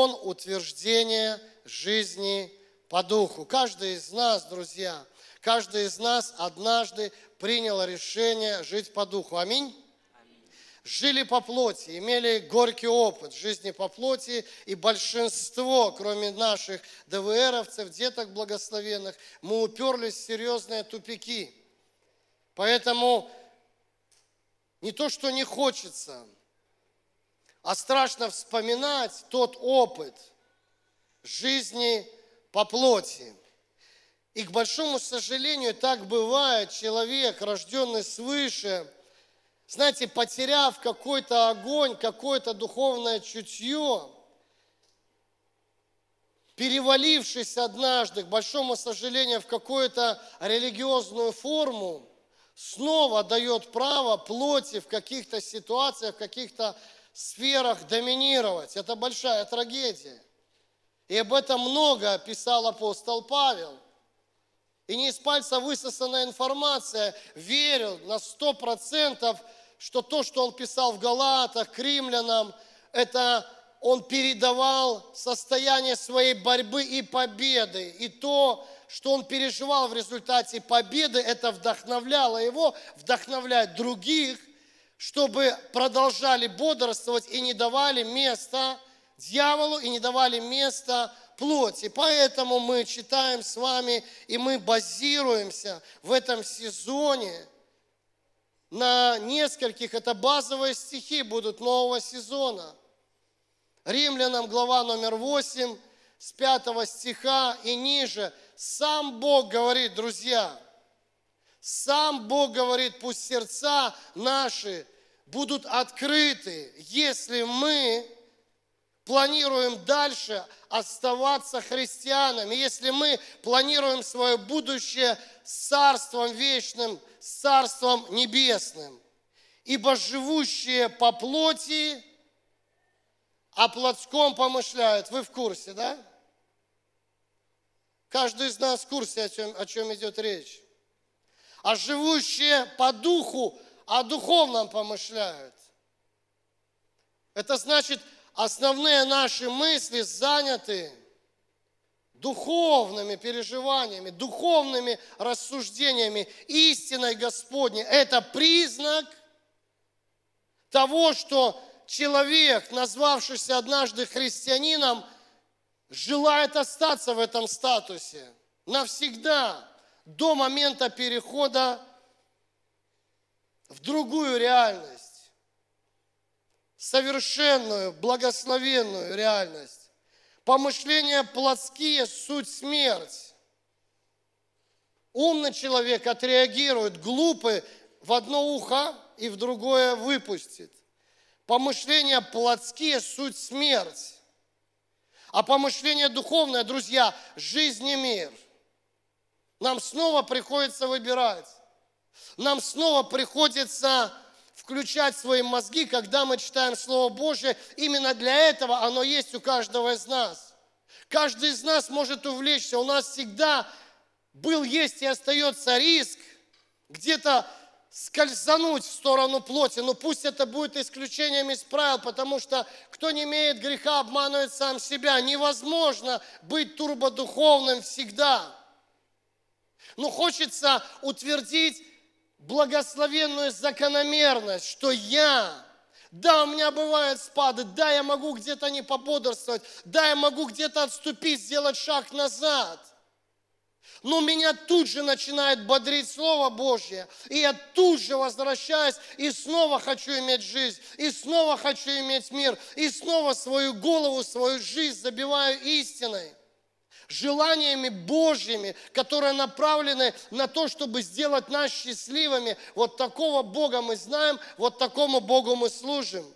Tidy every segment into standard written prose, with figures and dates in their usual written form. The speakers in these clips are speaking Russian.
закон утверждения жизни по духу. Каждый из нас, друзья, каждый из нас однажды принял решение жить по духу. Аминь. Жили по плоти, имели горький опыт жизни по плоти, и большинство, кроме наших ДВРовцев, деток благословенных, мы уперлись в серьезные тупики. Поэтому не то, что не хочется, а страшно вспоминать тот опыт жизни по плоти. И, к большому сожалению, так бывает, человек, рожденный свыше, знаете, потеряв какой-то огонь, какое-то духовное чутье, перевалившись однажды, к большому сожалению, в какую-то религиозную форму, снова дает право плоти в каких-то ситуациях, в каких-то сферах доминировать. Это большая трагедия. И об этом много писал апостол Павел. И не из пальца высосанная информация. Верю на 100%, что то, что он писал в Галатах, к римлянам, это он передавал состояние своей борьбы и победы. И то, что он переживал в результате победы, это вдохновляло его, вдохновлять других, чтобы продолжали бодрствовать и не давали места дьяволу, и не давали места плоти. Поэтому мы читаем с вами, и мы базируемся в этом сезоне на нескольких, это базовые стихи будут нового сезона. Римлянам, глава номер 8, с 5 стиха и ниже. Сам Бог говорит, друзья, сам Бог говорит, пусть сердца наши будут открыты, если мы планируем дальше оставаться христианами, если мы планируем свое будущее с Царством Вечным, с Царством Небесным. Ибо живущие по плоти о плотском помышляют. Вы в курсе, да? Каждый из нас в курсе, о чем идет речь. А живущие по духу о духовном помышляют. Это значит, основные наши мысли заняты духовными переживаниями, духовными рассуждениями, истиной Господней. Это признак того, что человек, назвавшийся однажды христианином, желает остаться в этом статусе навсегда, до момента перехода в другую реальность, совершенную, благословенную реальность. Помышления плотские – суть смерть. Умный человек отреагирует, глупый в одно ухо и в другое выпустит. Помышления плотские – суть смерть. А помышление духовное, друзья, жизнь и мир. Нам снова приходится выбирать. Нам снова приходится включать свои мозги, когда мы читаем Слово Божие. Именно для этого оно есть у каждого из нас. Каждый из нас может увлечься. У нас всегда был, есть и остается риск где-то скользануть в сторону плоти. Но пусть это будет исключением из правил, потому что кто не имеет греха, обманывает сам себя. Невозможно быть турбодуховным всегда. Но хочется утвердить благословенную закономерность, что да, у меня бывают спады, да, я могу где-то не пободрствовать, да, я могу где-то отступить, сделать шаг назад. Но меня тут же начинает бодрить Слово Божье, и я тут же возвращаюсь, и снова хочу иметь жизнь, и снова хочу иметь мир, и снова свою голову, свою жизнь забиваю истиной. Желаниями Божьими, которые направлены на то, чтобы сделать нас счастливыми. Вот такого Бога мы знаем, вот такому Богу мы служим.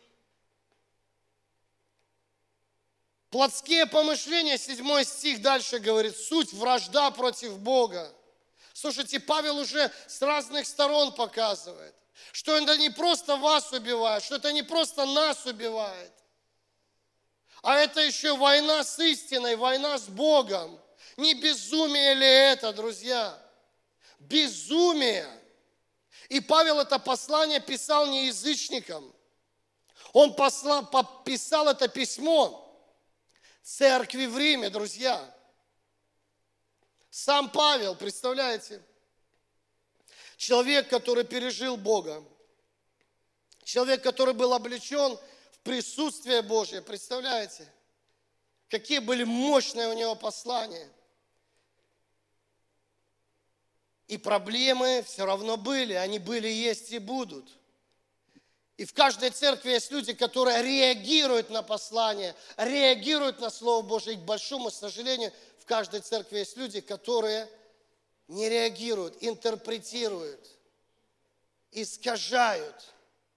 Плотские помышления, 7 стих дальше говорит, суть вражда против Бога. Слушайте, Павел уже с разных сторон показывает, что это не просто вас убивает, что это не просто нас убивает, а это еще война с истиной, война с Богом. Не безумие ли это, друзья? Безумие. И Павел это послание писал не язычникам. Он писал это письмо церкви в Риме, друзья. Сам Павел, представляете? Человек, который пережил Бога. Человек, который был облечен в присутствие Божье, представляете? Какие были мощные у него послания. И проблемы все равно были, они были, есть и будут. И в каждой церкви есть люди, которые реагируют на послание, реагируют на Слово Божие. И, к большому сожалению, в каждой церкви есть люди, которые не реагируют, интерпретируют, искажают.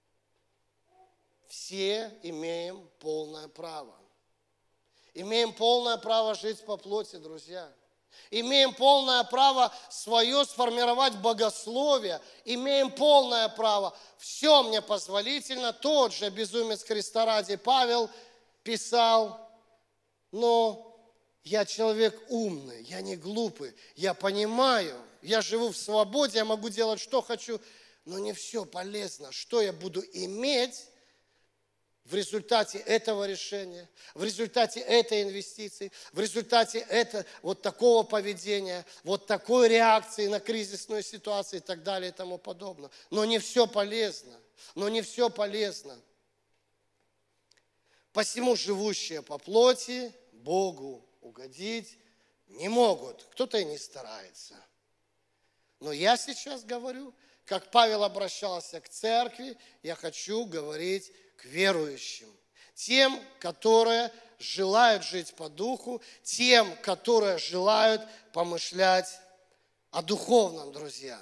Все имеем полное право. Имеем полное право жить по плоти, друзья. Имеем полное право свое сформировать богословие. Имеем полное право. Все мне позволительно. Тот же безумец Христа ради Павел писал: но я человек умный, я не глупый, я понимаю, я живу в свободе, я могу делать, что хочу, но не все полезно. Что я буду иметь в результате этого решения, в результате этой инвестиции, в результате вот такого поведения, вот такой реакции на кризисную ситуацию и так далее и тому подобное. Но не все полезно. Но не все полезно. Посему живущие по плоти Богу угодить не могут. Кто-то и не старается. Но я сейчас говорю, как Павел обращался к церкви, я хочу говорить к верующим, тем, которые желают жить по духу, тем, которые желают помышлять о духовном, друзья,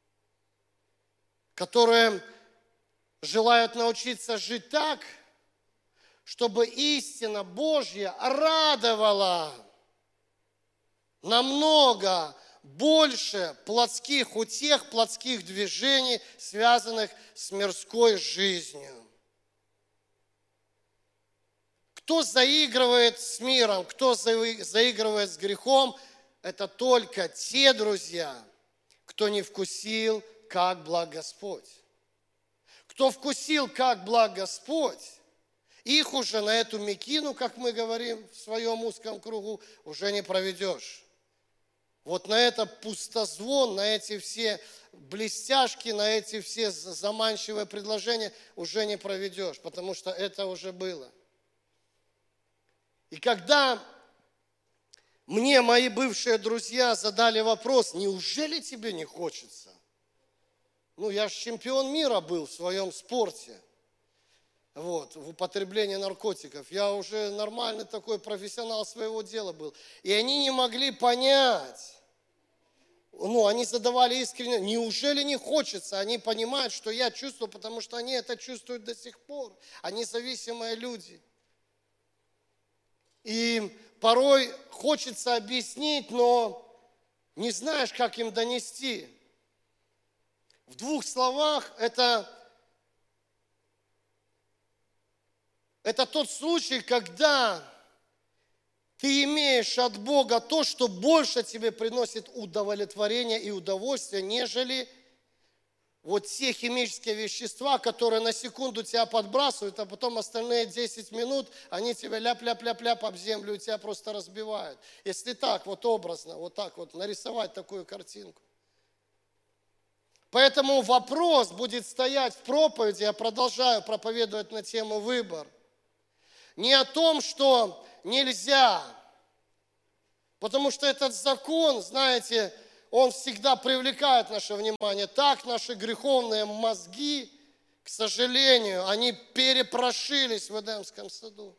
которые желают научиться жить так, чтобы истина Божья радовала намного больше плотских утех, плотских движений, связанных с мирской жизнью. Кто заигрывает с миром, кто заигрывает с грехом, это только те, друзья, кто не вкусил, как благ Господь. Кто вкусил, как благ Господь, их уже на эту мекину, как мы говорим в своем узком кругу, уже не проведешь. Вот на это пустозвон, на эти все блестяшки, на эти все заманчивые предложения уже не проведешь, потому что это уже было. И когда мне мои бывшие друзья задали вопрос: неужели тебе не хочется? Ну, я же чемпион мира был в своем спорте, вот, в употреблении наркотиков. Я уже нормальный такой профессионал своего дела был. И они не могли понять. Ну, они задавали искренне: неужели не хочется? Они понимают, что я чувствую, потому что они это чувствуют до сих пор. Они зависимые люди. И порой хочется объяснить, но не знаешь, как им донести. В двух словах, это тот случай, когда ты имеешь от Бога то, что больше тебе приносит удовлетворение и удовольствие, нежели вот те химические вещества, которые на секунду тебя подбрасывают, а потом остальные 10 минут, они тебя ляп-ляп-ляп-ляп об землю и тебя просто разбивают. Если так вот образно, вот так вот нарисовать такую картинку. Поэтому вопрос будет стоять в проповеди, я продолжаю проповедовать на тему выбор. Не о том, что нельзя, потому что этот закон, знаете, он всегда привлекает наше внимание. Так наши греховные мозги, к сожалению, они перепрошились в Эдемском саду.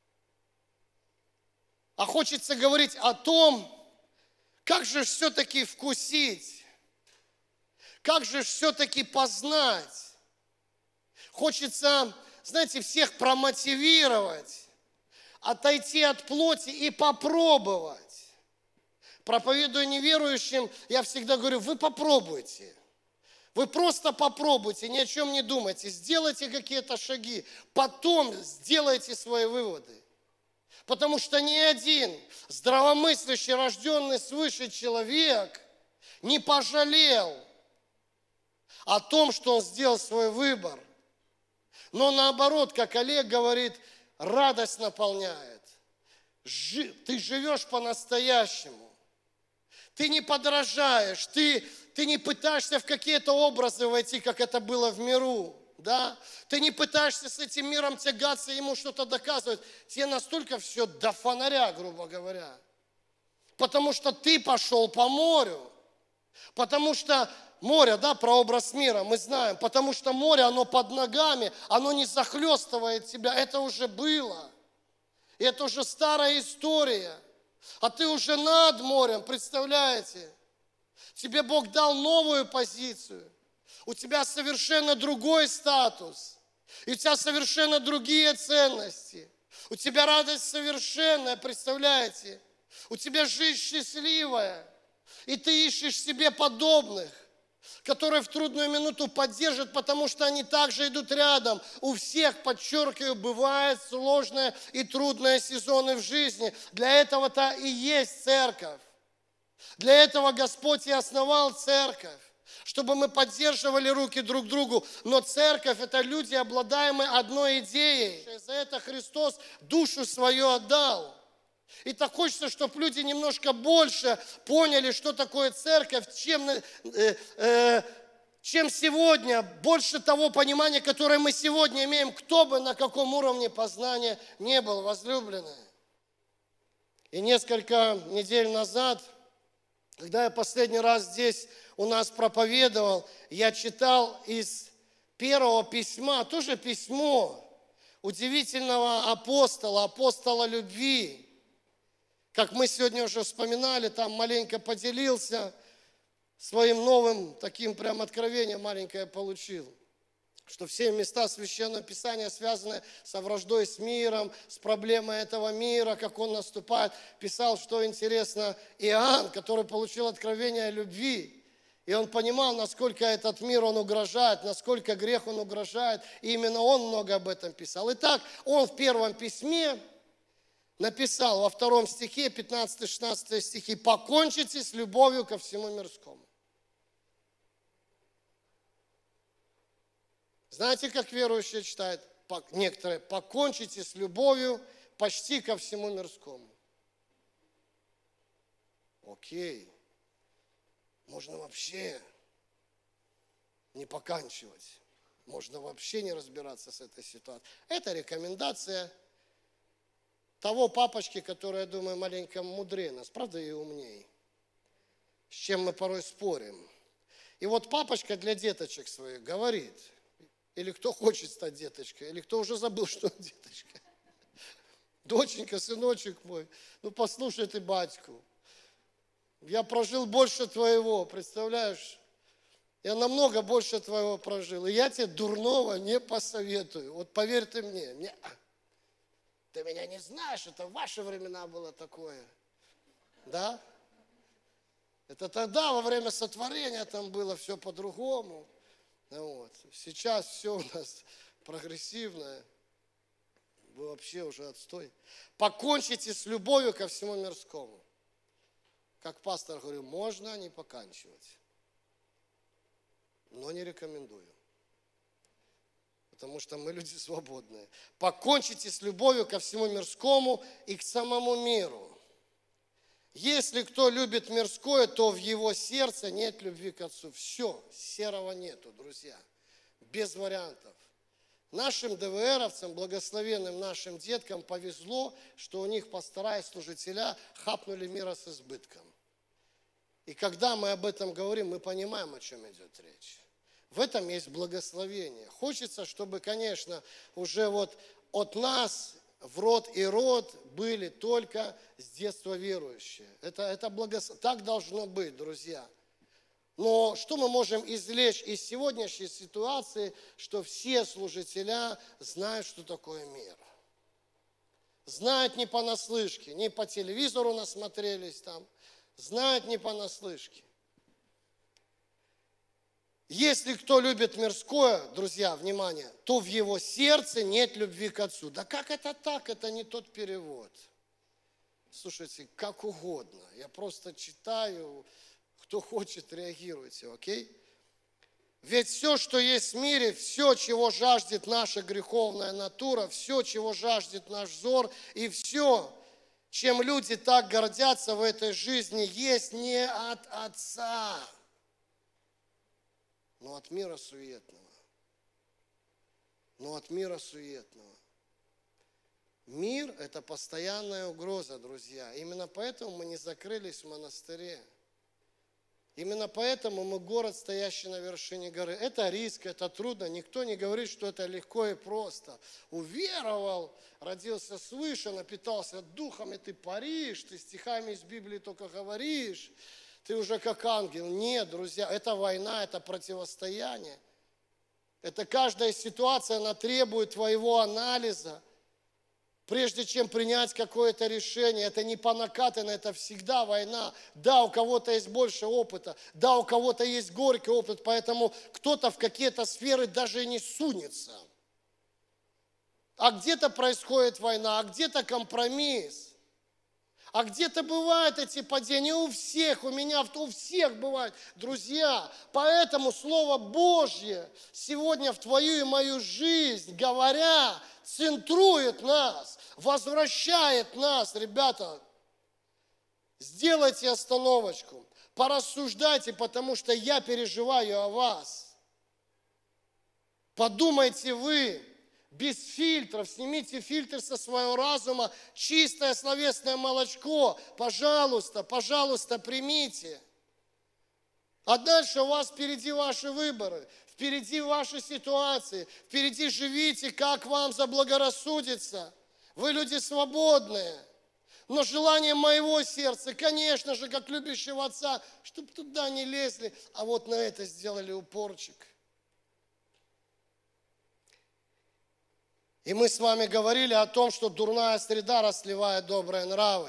А хочется говорить о том, как же все-таки вкусить, как же все-таки познать. Хочется, знаете, всех промотивировать, отойти от плоти и попробовать. Проповедуя неверующим, я всегда говорю: вы попробуйте. Вы просто попробуйте, ни о чем не думайте. Сделайте какие-то шаги, потом сделайте свои выводы. Потому что ни один здравомыслящий, рожденный свыше человек не пожалел о том, что он сделал свой выбор. Но наоборот, как Олег говорит, радость наполняет. Ты живешь по-настоящему. Ты не подражаешь, ты не пытаешься в какие-то образы войти, как это было в миру. Да? Ты не пытаешься с этим миром тягаться, ему что-то доказывать. Тебе настолько все до фонаря, грубо говоря. Потому что ты пошел по морю. Потому что море, да, прообраз мира, мы знаем. Потому что море, оно под ногами, оно не захлестывает тебя. Это уже было. И это уже старая история. А ты уже над морем, представляете? Тебе Бог дал новую позицию. У тебя совершенно другой статус. И у тебя совершенно другие ценности. У тебя радость совершенная, представляете? У тебя жизнь счастливая. И ты ищешь себе подобных, которые в трудную минуту поддержат, потому что они также идут рядом. У всех, подчеркиваю, бывают сложные и трудные сезоны в жизни. Для этого-то и есть церковь. Для этого Господь и основал церковь, чтобы мы поддерживали руки друг другу. Но церковь – это люди, обладаемые одной идеей. За это Христос душу свою отдал. И так хочется, чтобы люди немножко больше поняли, что такое церковь, чем сегодня, больше того понимания, которое мы сегодня имеем, кто бы на каком уровне познания не был, возлюбленные. И несколько недель назад, когда я последний раз здесь у нас проповедовал, я читал из первого письма, тоже письмо удивительного апостола любви. Как мы сегодня уже вспоминали, там маленько поделился своим новым таким прям откровением, маленькое получил. Что все места Священного Писания связаны со враждой с миром, с проблемой этого мира, как он наступает. Писал, что интересно, Иоанн, который получил откровение о любви. И он понимал, насколько этот мир он угрожает, насколько грех он угрожает. И именно он много об этом писал. Итак, он в первом письме написал во 2 стихе, 15-16 стихи: «Покончите с любовью ко всему мирскому». Знаете, как верующие читают? Некоторые: «Покончите с любовью почти ко всему мирскому». Окей. Можно вообще не поканчивать. Можно вообще не разбираться с этой ситуацией. Это рекомендация того папочки, который, я думаю, маленько мудрее нас, правда, и умнее, с чем мы порой спорим. И вот папочка для деточек своих говорит, или кто хочет стать деточкой, или кто уже забыл, что он деточка. Доченька, сыночек мой, ну послушай ты батьку. Я прожил больше твоего, представляешь? Я намного больше твоего прожил. И я тебе дурного не посоветую. Вот поверь ты мне. Ты меня не знаешь, это в ваши времена было такое. Да? Это тогда, во время сотворения, там было все по-другому. Вот. Сейчас все у нас прогрессивное. Вы вообще уже отстой. Покончите с любовью ко всему мирскому. Как пастор говорю, можно не поканчивать. Но не рекомендую. Потому что мы люди свободные. Покончите с любовью ко всему мирскому и к самому миру. Если кто любит мирское, то в его сердце нет любви к Отцу. Все, серого нету, друзья. Без вариантов. Нашим ДВРовцам, благословенным нашим деткам повезло, что у них пастора и служителя хапнули мира с избытком. И когда мы об этом говорим, мы понимаем, о чем идет речь. В этом есть благословение. Хочется, чтобы, конечно, уже вот от нас в род и род были только с детства верующие. Это так должно быть, друзья. Но что мы можем извлечь из сегодняшней ситуации, что все служителя знают, что такое мир. Знают не понаслышке, не по телевизору насмотрелись там, знают не понаслышке. Если кто любит мирское, друзья, внимание, то в его сердце нет любви к Отцу. Да как это так? Это не тот перевод. Слушайте, как угодно. Я просто читаю, кто хочет, реагируйте, окей? Ведь все, что есть в мире, все, чего жаждет наша греховная натура, все, чего жаждет наш взор, и все, чем люди так гордятся в этой жизни, есть не от Отца, но от мира суетного. Но от мира суетного. Мир – это постоянная угроза, друзья. Именно поэтому мы не закрылись в монастыре. Именно поэтому мы город, стоящий на вершине горы. Это риск, это трудно. Никто не говорит, что это легко и просто. Уверовал, родился свыше, напитался духом, и ты паришь, ты стихами из Библии только говоришь. Ты уже как ангел. Нет, друзья, это война, это противостояние. Это каждая ситуация, она требует твоего анализа. Прежде чем принять какое-то решение, это не по накатанной, это всегда война. Да, у кого-то есть больше опыта, да, у кого-то есть горький опыт, поэтому кто-то в какие-то сферы даже и не сунется. А где-то происходит война, а где-то компромисс. А где-то бывают эти падения у всех, у меня, у всех бывает. Друзья, поэтому Слово Божье сегодня в твою и мою жизнь, говоря, центрует нас, возвращает нас. Ребята, сделайте остановочку, порассуждайте, потому что я переживаю о вас. Подумайте вы. Без фильтров, снимите фильтр со своего разума, чистое словесное молочко, пожалуйста, пожалуйста, примите. А дальше у вас впереди ваши выборы, впереди ваши ситуации, впереди живите, как вам заблагорассудится. Вы люди свободные. Но желание моего сердца, конечно же, как любящего отца, чтобы туда не лезли, а вот на это сделали упорчик. И мы с вами говорили о том, что дурная среда расливает добрые нравы.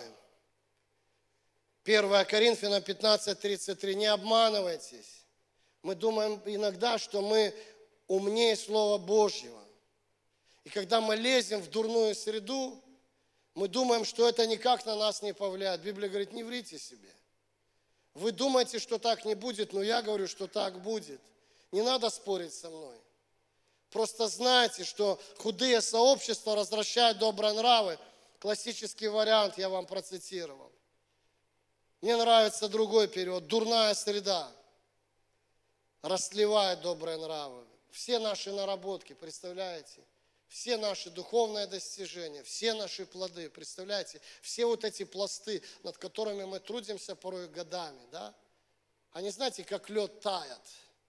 1 Коринфянам 15:33. Не обманывайтесь. Мы думаем иногда, что мы умнее Слова Божьего. И когда мы лезем в дурную среду, мы думаем, что это никак на нас не повлияет. Библия говорит, не врите себе. Вы думаете, что так не будет, но я говорю, что так будет. Не надо спорить со мной. Просто знайте, что худые сообщества развращают добрые нравы. Классический вариант я вам процитировал. Мне нравится другой перевод. Дурная среда расливает добрые нравы. Все наши наработки, представляете? Все наши духовные достижения, все наши плоды, представляете? Все вот эти пласты, над которыми мы трудимся порой годами, да? Они, знаете, как лед тает.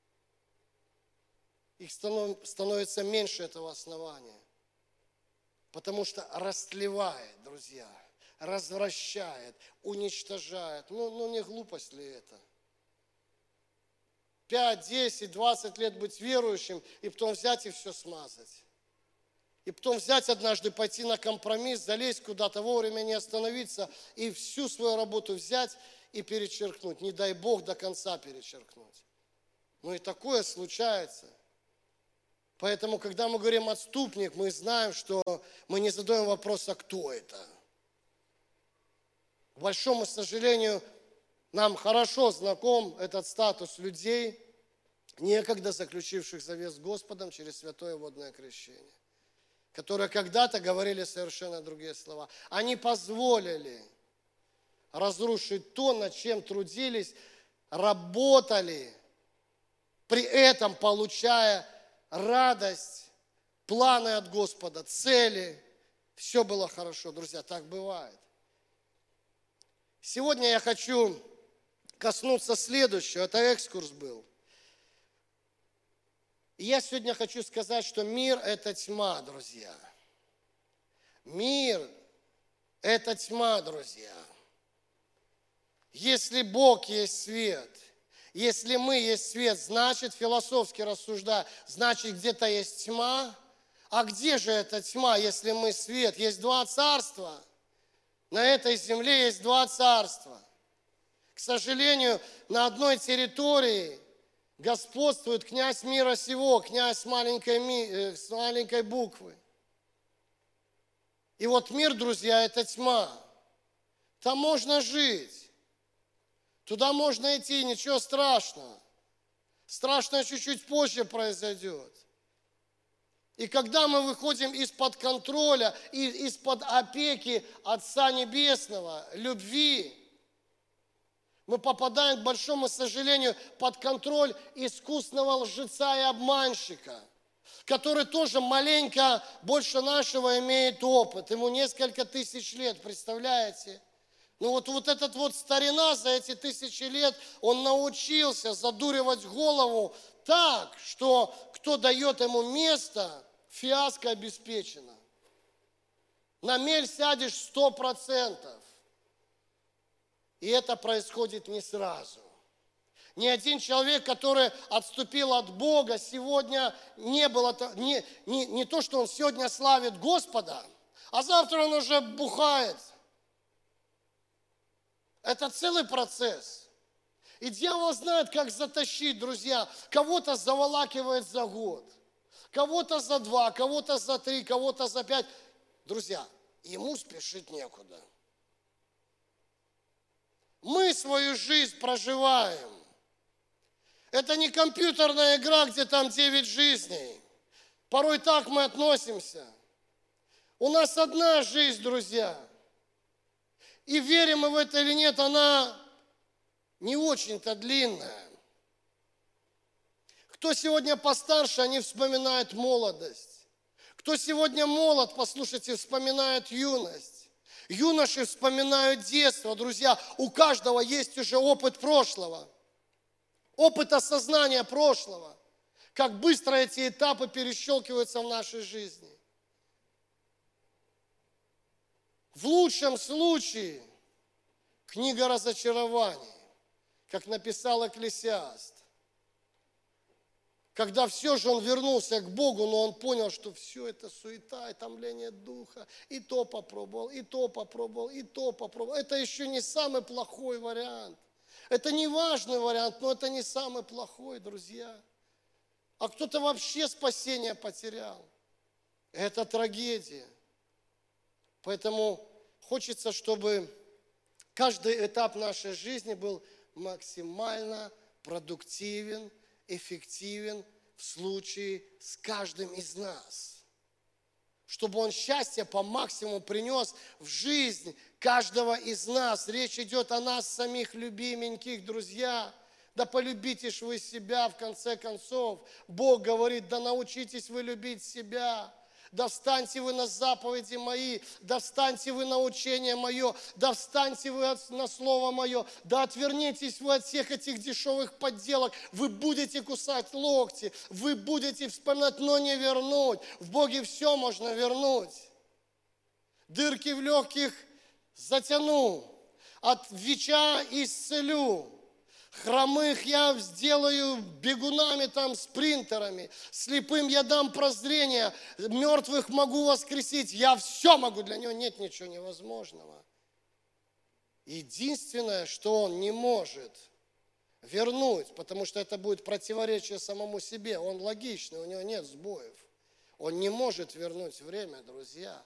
Их становится меньше этого основания. Потому что растлевает, друзья, развращает, уничтожает. Ну не глупость ли это? 5, 10, 20 лет быть верующим, и потом взять и все смазать. И потом взять однажды, пойти на компромисс, залезть куда-то, вовремя не остановиться, и всю свою работу взять и перечеркнуть. Не дай Бог до конца перечеркнуть. Ну и такое случается. Поэтому, когда мы говорим «отступник», мы знаем, что мы не задаем вопрос, а кто это? К большому сожалению, нам хорошо знаком этот статус людей, некогда заключивших завет с Господом через святое водное крещение, которые когда-то говорили совершенно другие слова. Они позволили разрушить то, над чем трудились, работали, при этом получая радость, планы от Господа, цели. Все было хорошо, друзья, так бывает. Сегодня я хочу коснуться следующего. Это экскурс был. И я сегодня хочу сказать, что мир – это тьма, друзья. Мир – это тьма, друзья. Если Бог есть свет, если мы есть свет, значит, философски рассуждая, значит, где-то есть тьма. А где же эта тьма, если мы свет? Есть два царства. На этой земле есть два царства. К сожалению, на одной территории господствует князь мира сего, князь с маленькой буквы. И вот мир, друзья, это тьма. Там можно жить. Туда можно идти, ничего страшного. Страшное чуть-чуть позже произойдет. И когда мы выходим из-под контроля, из-под опеки Отца Небесного, любви, мы попадаем, к большому сожалению, под контроль искусного лжеца и обманщика, который тоже маленько больше нашего имеет опыт. Ему несколько тысяч лет, представляете? Ну вот этот вот старина за эти тысячи лет, он научился задуривать голову так, что кто дает ему место, фиаско обеспечено. На мель сядешь 100%. И это происходит не сразу. Ни один человек, который отступил от Бога, сегодня не то, что он сегодня славит Господа, а завтра он уже бухает. Это целый процесс. И дьявол знает, как затащить, друзья. Кого-то заволакивает за год, кого-то за 2, кого-то за 3, кого-то за 5. Друзья, ему спешить некуда. Мы свою жизнь проживаем. Это не компьютерная игра, где там 9 жизней. Порой так мы относимся. У нас одна жизнь, друзья. И верим мы в это или нет, она не очень-то длинная. Кто сегодня постарше, они вспоминают молодость. Кто сегодня молод, послушайте, вспоминает юность. Юноши вспоминают детство. Друзья, у каждого есть уже опыт прошлого. Опыт осознания прошлого. Как быстро эти этапы перещелкиваются в нашей жизни. В лучшем случае книга разочарований, как написал Экклесиаст. Когда все же он вернулся к Богу, но он понял, что все это суета и томление духа. И то попробовал, и то попробовал, и то попробовал. Это еще не самый плохой вариант. Это не важный вариант, но это не самый плохой, друзья. А кто-то вообще спасение потерял. Это трагедия. Поэтому хочется, чтобы каждый этап нашей жизни был максимально продуктивен, эффективен в случае с каждым из нас. Чтобы он счастье по максимуму принес в жизнь каждого из нас. Речь идет о нас самих, любименьких, друзья. Да полюбите ж вы себя, в конце концов. Бог говорит, да научитесь вы любить себя. Да встаньте вы на заповеди мои, да встаньте вы на учение мое, да встаньте вы на слово мое, да отвернитесь вы от всех этих дешевых подделок. Вы будете кусать локти, вы будете вспоминать, но не вернуть. В Боге все можно вернуть. Дырки в легких затяну, от ВИЧа исцелю. Хромых я сделаю бегунами, там, спринтерами. Слепым я дам прозрение. Мертвых могу воскресить. Я все могу. Для него нет ничего невозможного. Единственное, что он не может вернуть, потому что это будет противоречие самому себе. Он логичный, у него нет сбоев. Он не может вернуть время, друзья.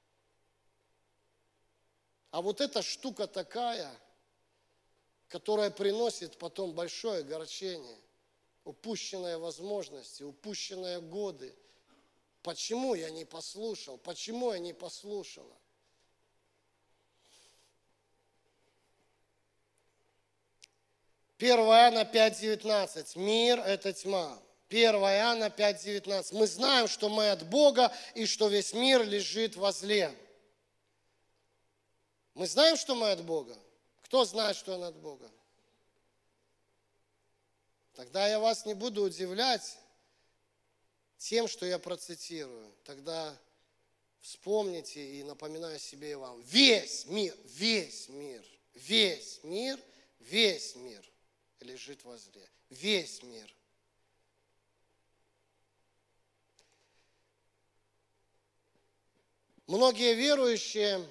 А вот эта штука такая, которая приносит потом большое огорчение, упущенные возможности, упущенные годы. Почему я не послушал? Почему я не послушала? Первое Иоанна 5:19. Мир – это тьма. 1 Иоанна 5:19. Мы знаем, что мы от Бога и что весь мир лежит во зле. Мы знаем, что мы от Бога. Кто знает, что он от Бога? Тогда я вас не буду удивлять тем, что я процитирую. Тогда вспомните и напоминаю себе и вам. Весь мир лежит во зле. Весь мир. Многие верующие,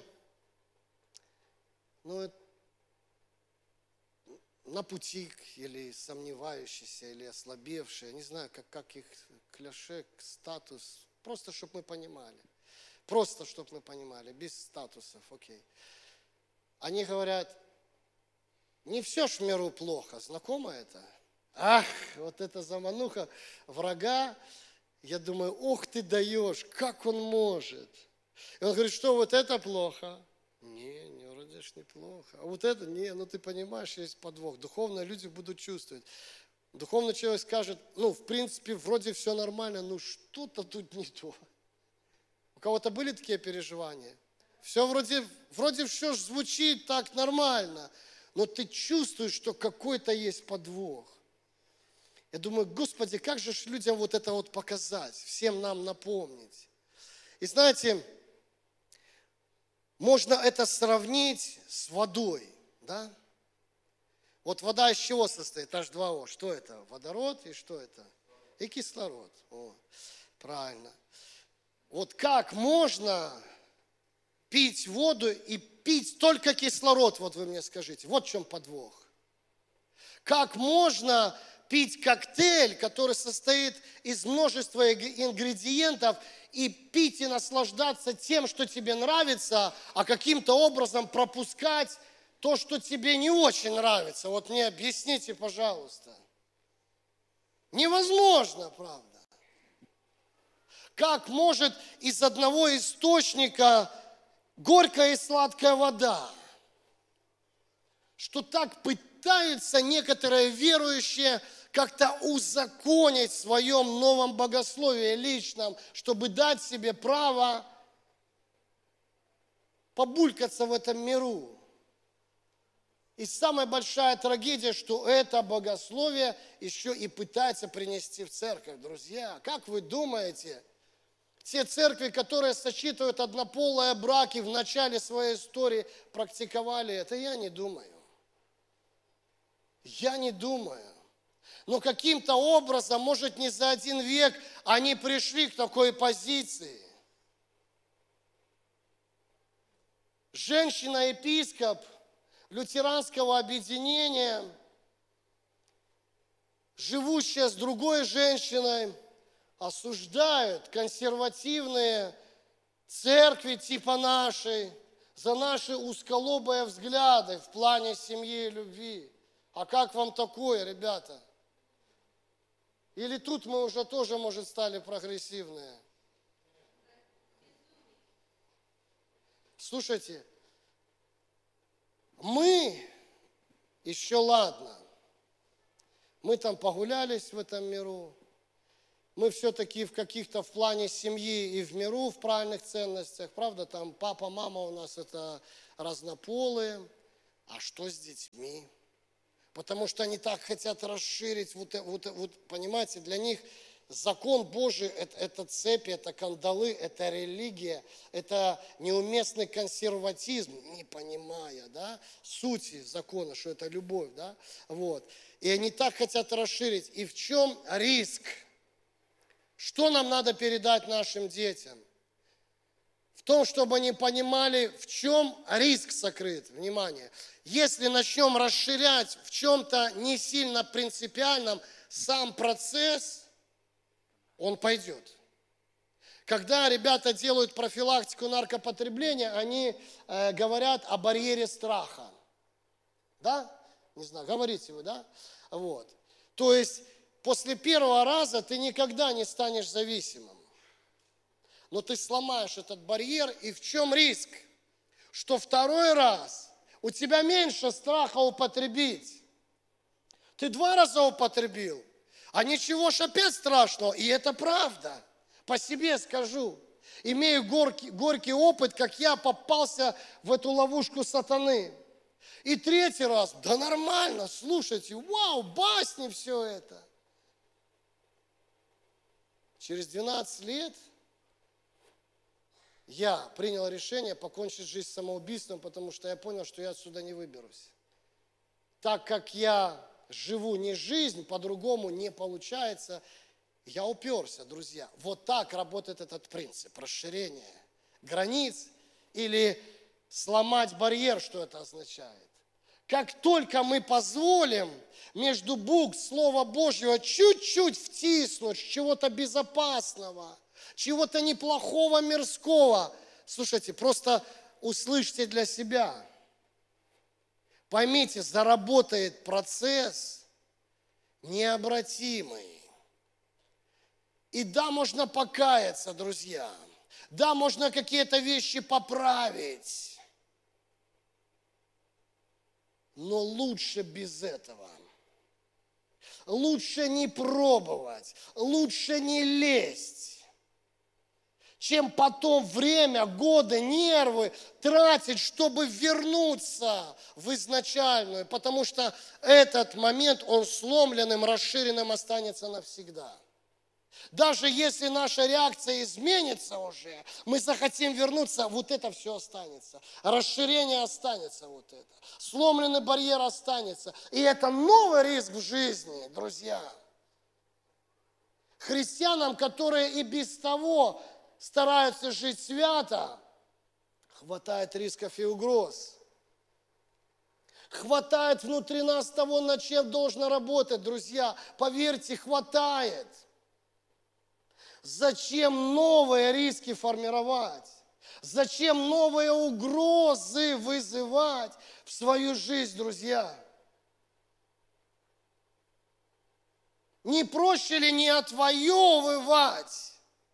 на пути, или сомневающиеся, или ослабевшие, не знаю, как их кляше, статус, просто чтобы мы понимали. Просто чтобы мы понимали, без статусов, окей. Они говорят, не все ж в миру плохо, знакомо это? Ах, вот эта замануха врага, Я думаю, ох ты даешь, как он может. И он говорит, что вот это плохо? Не, вроде ж неплохо. А вот это, не, ну ты понимаешь, есть подвох. Духовные люди будут чувствовать. Духовный человек скажет, ну, в принципе, вроде все нормально, но что-то тут не то. У кого-то были такие переживания? Все вроде все звучит так нормально, но ты чувствуешь, что какой-то есть подвох. Я думаю, Господи, как же людям вот это вот показать, всем нам напомнить. И знаете, можно это сравнить с водой, да? Вот вода из чего состоит? H2O. Что это? Водород и что это? И кислород. О, правильно. Вот как можно пить воду и пить только кислород, вот вы мне скажите. Вот в чем подвох. Как можно пить коктейль, который состоит из множества ингредиентов, и пить и наслаждаться тем, что тебе нравится, а каким-то образом пропускать то, что тебе не очень нравится. Вот мне объясните, пожалуйста. Невозможно, правда. Как может из одного источника горькая и сладкая вода? Что так пытаются некоторые верующие как-то узаконить в своем новом богословии личном, чтобы дать себе право побулькаться в этом миру. И самая большая трагедия, что это богословие еще и пытается принести в церковь. Друзья, как вы думаете, те церкви, которые сочетывают однополые браки в начале своей истории, практиковали это? Я не думаю. Я не думаю. Но каким-то образом, может, не за один век, они пришли к такой позиции. Женщина-епископ лютеранского объединения, живущая с другой женщиной, осуждают консервативные церкви типа нашей за наши узколобые взгляды в плане семьи и любви. А как вам такое, ребята? Или тут мы уже тоже, может, стали прогрессивные? Слушайте, мы еще ладно. Мы там погулялись в этом миру. Мы все-таки в каких-то в плане семьи и в миру, в правильных ценностях. Правда, там папа, мама у нас это разнополые. А что с детьми? Потому что они так хотят расширить, вот понимаете, для них закон Божий это цепи, это кандалы, это религия, это неуместный консерватизм, не понимая, да, сути закона, что это любовь, да, вот. И они так хотят расширить. И в чем риск? Что нам надо передать нашим детям? В том, чтобы они понимали, в чем риск сокрыт. Внимание. Если начнем расширять в чем-то не сильно принципиальном сам процесс, он пойдет. Когда ребята делают профилактику наркопотребления, они говорят о барьере страха. Да? Не знаю, говорите вы, да? Вот. То есть после первого раза ты никогда не станешь зависимым. Но ты сломаешь этот барьер, и в чем риск? Что второй раз у тебя меньше страха употребить. Ты 2 раза употребил, а ничего ж опять страшного, и это правда. По себе скажу. Имею горький опыт, как я попался в эту ловушку сатаны. И 3-й раз, да нормально, слушайте, вау, басни все это. Через 12 лет я принял решение покончить жизнь самоубийством, потому что я понял, что я отсюда не выберусь. Так как я живу не жизнь, по-другому не получается, я уперся, друзья. Вот так работает этот принцип расширения границ или сломать барьер, что это означает. Как только мы позволим между букв Слова Божьего чуть-чуть втиснуть чего-то безопасного, чего-то неплохого, мирского. Слушайте, просто услышьте для себя. Поймите, заработает процесс необратимый. И да, можно покаяться, друзья. Да, можно какие-то вещи поправить. Но лучше без этого. Лучше не пробовать. Лучше не лезть. Чем потом время, годы, нервы тратить, чтобы вернуться в изначальную. Потому что этот момент, он сломленным, расширенным останется навсегда. Даже если наша реакция изменится уже, мы захотим вернуться, вот это все останется. Расширение останется вот это. Сломленный барьер останется. И это новый риск в жизни, друзья. Христианам, которые и без того стараются жить свято, хватает рисков и угроз. Хватает внутри нас того, над чем должно работать, друзья. Поверьте, хватает. Зачем новые риски формировать? Зачем новые угрозы вызывать в свою жизнь, друзья? Не проще ли не отвоевывать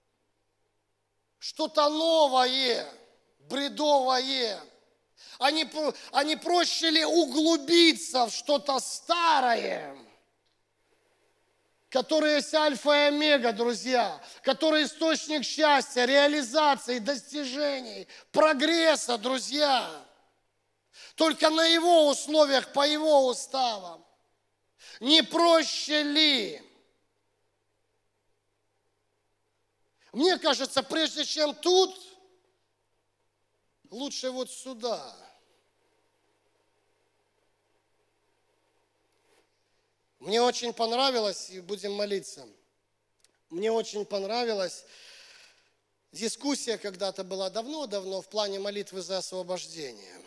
что-то новое, бредовое? А не проще ли углубиться в что-то старое? Который есть альфа и омега, друзья, который источник счастья, реализации, достижений, прогресса, друзья. Только на его условиях, по его уставам. Не проще ли? Мне кажется, прежде чем тут, лучше вот сюда. Мне очень понравилось, и будем молиться, мне очень понравилась дискуссия когда-то была давно-давно в плане молитвы за освобождение.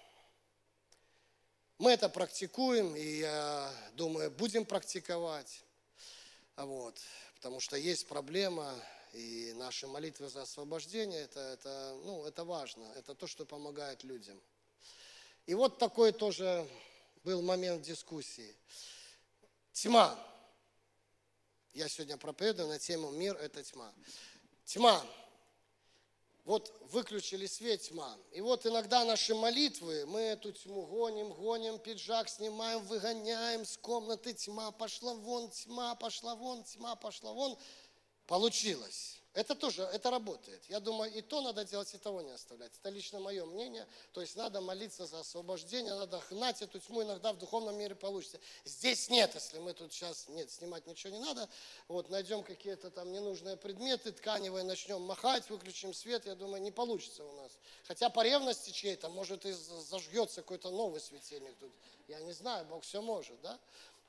Мы это практикуем, и я думаю, будем практиковать, потому что есть проблема, и наши молитвы за освобождение, это важно, это то, что помогает людям. И вот такой тоже был момент дискуссии. Тьма. Я сегодня проповедую на тему «Мир – это тьма». Тьма. Вот выключили свет, тьма. И вот иногда наши молитвы, мы эту тьму гоним, пиджак снимаем, выгоняем с комнаты, тьма пошла вон, тьма пошла вон, тьма пошла вон. Получилось. Это тоже, это работает. Я думаю, и то надо делать, и того не оставлять. Это лично мое мнение. То есть надо молиться за освобождение, надо гнать эту тьму, иногда в духовном мире получится. Здесь нет, если мы тут сейчас, снимать ничего не надо. Найдем какие-то там ненужные предметы, тканевые, начнем махать, выключим свет, я думаю, не получится у нас. Хотя по ревности чьей-то, может, и зажгется какой-то новый светильник тут. Я не знаю, Бог все может, да?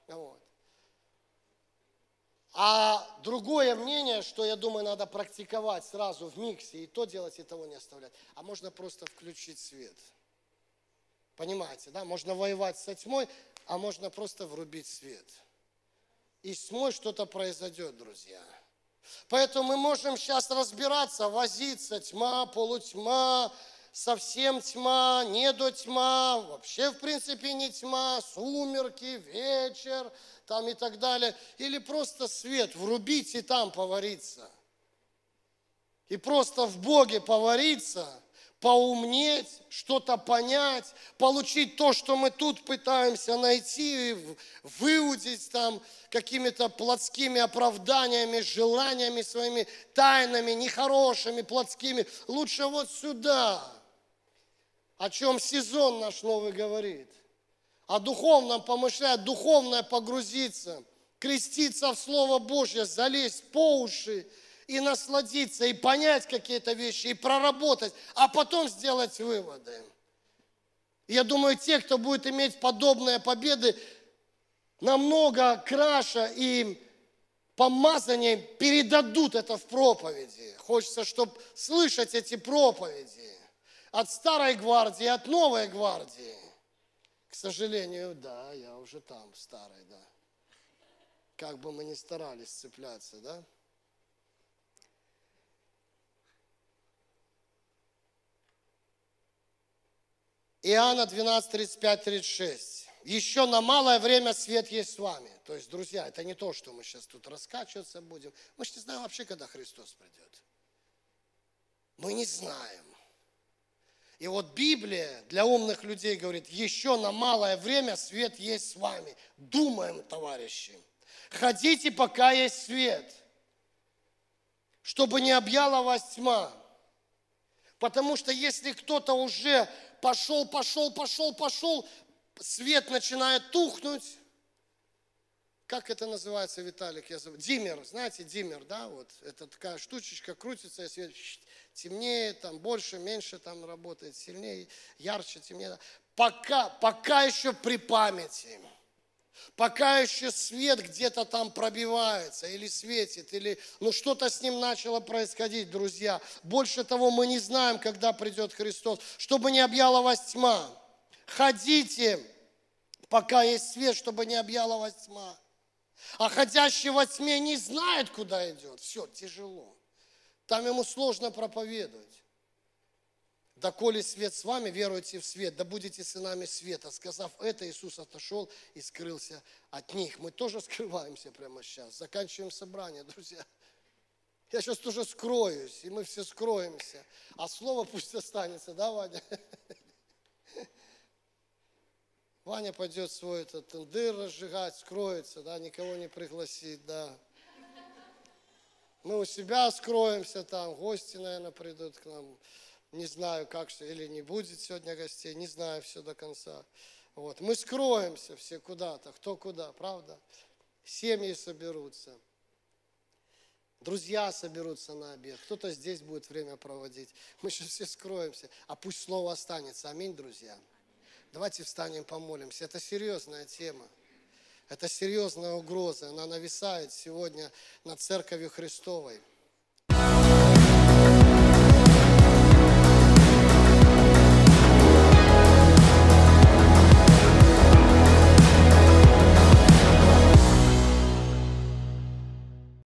А другое мнение, что, я думаю, надо практиковать сразу в миксе, и то делать, и того не оставлять. А можно просто включить свет. Понимаете, да? Можно воевать со тьмой, а можно просто врубить свет. И с тьмой что-то произойдет, друзья. Поэтому мы можем сейчас разбираться, возиться, тьма, полутьма, совсем тьма, недотьма, вообще в принципе не тьма, сумерки, вечер там и так далее. Или просто свет врубить и там повариться. И просто в Боге повариться, поумнеть, что-то понять, получить то, что мы тут пытаемся найти, выудить там какими-то плотскими оправданиями, желаниями своими, тайнами, нехорошими, плотскими. Лучше вот сюда. О чем сезон наш новый говорит. О духовном помышлять, духовное погрузиться, креститься в Слово Божье, залезть по уши и насладиться, и понять какие-то вещи, и проработать, а потом сделать выводы. Я думаю, те, кто будет иметь подобные победы, намного краше и помазание передадут это в проповеди. Хочется, чтобы слышать эти проповеди от старой гвардии, от новой гвардии. К сожалению, да, я уже там, старый, да. Как бы мы ни старались цепляться, да. Иоанна 12, 35, 36. Еще на малое время свет есть с вами. То есть, друзья, это не то, что мы сейчас тут раскачиваться будем. Мы же не знаем вообще, когда Христос придет. Мы не знаем. И вот Библия для умных людей говорит, еще на малое время свет есть с вами. Думаем, товарищи. Ходите, пока есть свет, чтобы не объяла вас тьма. Потому что если кто-то уже пошел, свет начинает тухнуть. Как это называется, Виталик? Диммер, знаете, диммер, да? Вот это такая штучечка, крутится, и свет темнеет, там больше, меньше там работает, сильнее, ярче, темнее. Пока еще при памяти. Пока еще свет где-то там пробивается или светит, или что-то с ним начало происходить, друзья. Больше того, мы не знаем, когда придет Христос, чтобы не объяла вас тьма. Ходите, пока есть свет, чтобы не объяла вас тьма. А ходящий во тьме не знает, куда идет. Все, тяжело. Там ему сложно проповедовать. Доколе свет с вами, веруйте в свет, да будете сынами света. Сказав это, Иисус отошел и скрылся от них. Мы тоже скрываемся прямо сейчас. Заканчиваем собрание, друзья. Я сейчас тоже скроюсь, и мы все скроемся. А слово пусть останется, да, Ваня? Ваня пойдет свой этот тындыр разжигать, скроется, да, никого не пригласит, да. Мы у себя скроемся там, гости, наверное, придут к нам. Не знаю, как все, или не будет сегодня гостей, не знаю все до конца. Вот. Мы скроемся все куда-то, кто куда, правда? Семьи соберутся, друзья соберутся на обед, кто-то здесь будет время проводить. Мы сейчас все скроемся, а пусть слово останется. Аминь, друзья. Давайте встанем, помолимся. Это серьезная тема. Это серьезная угроза. Она нависает сегодня над Церковью Христовой.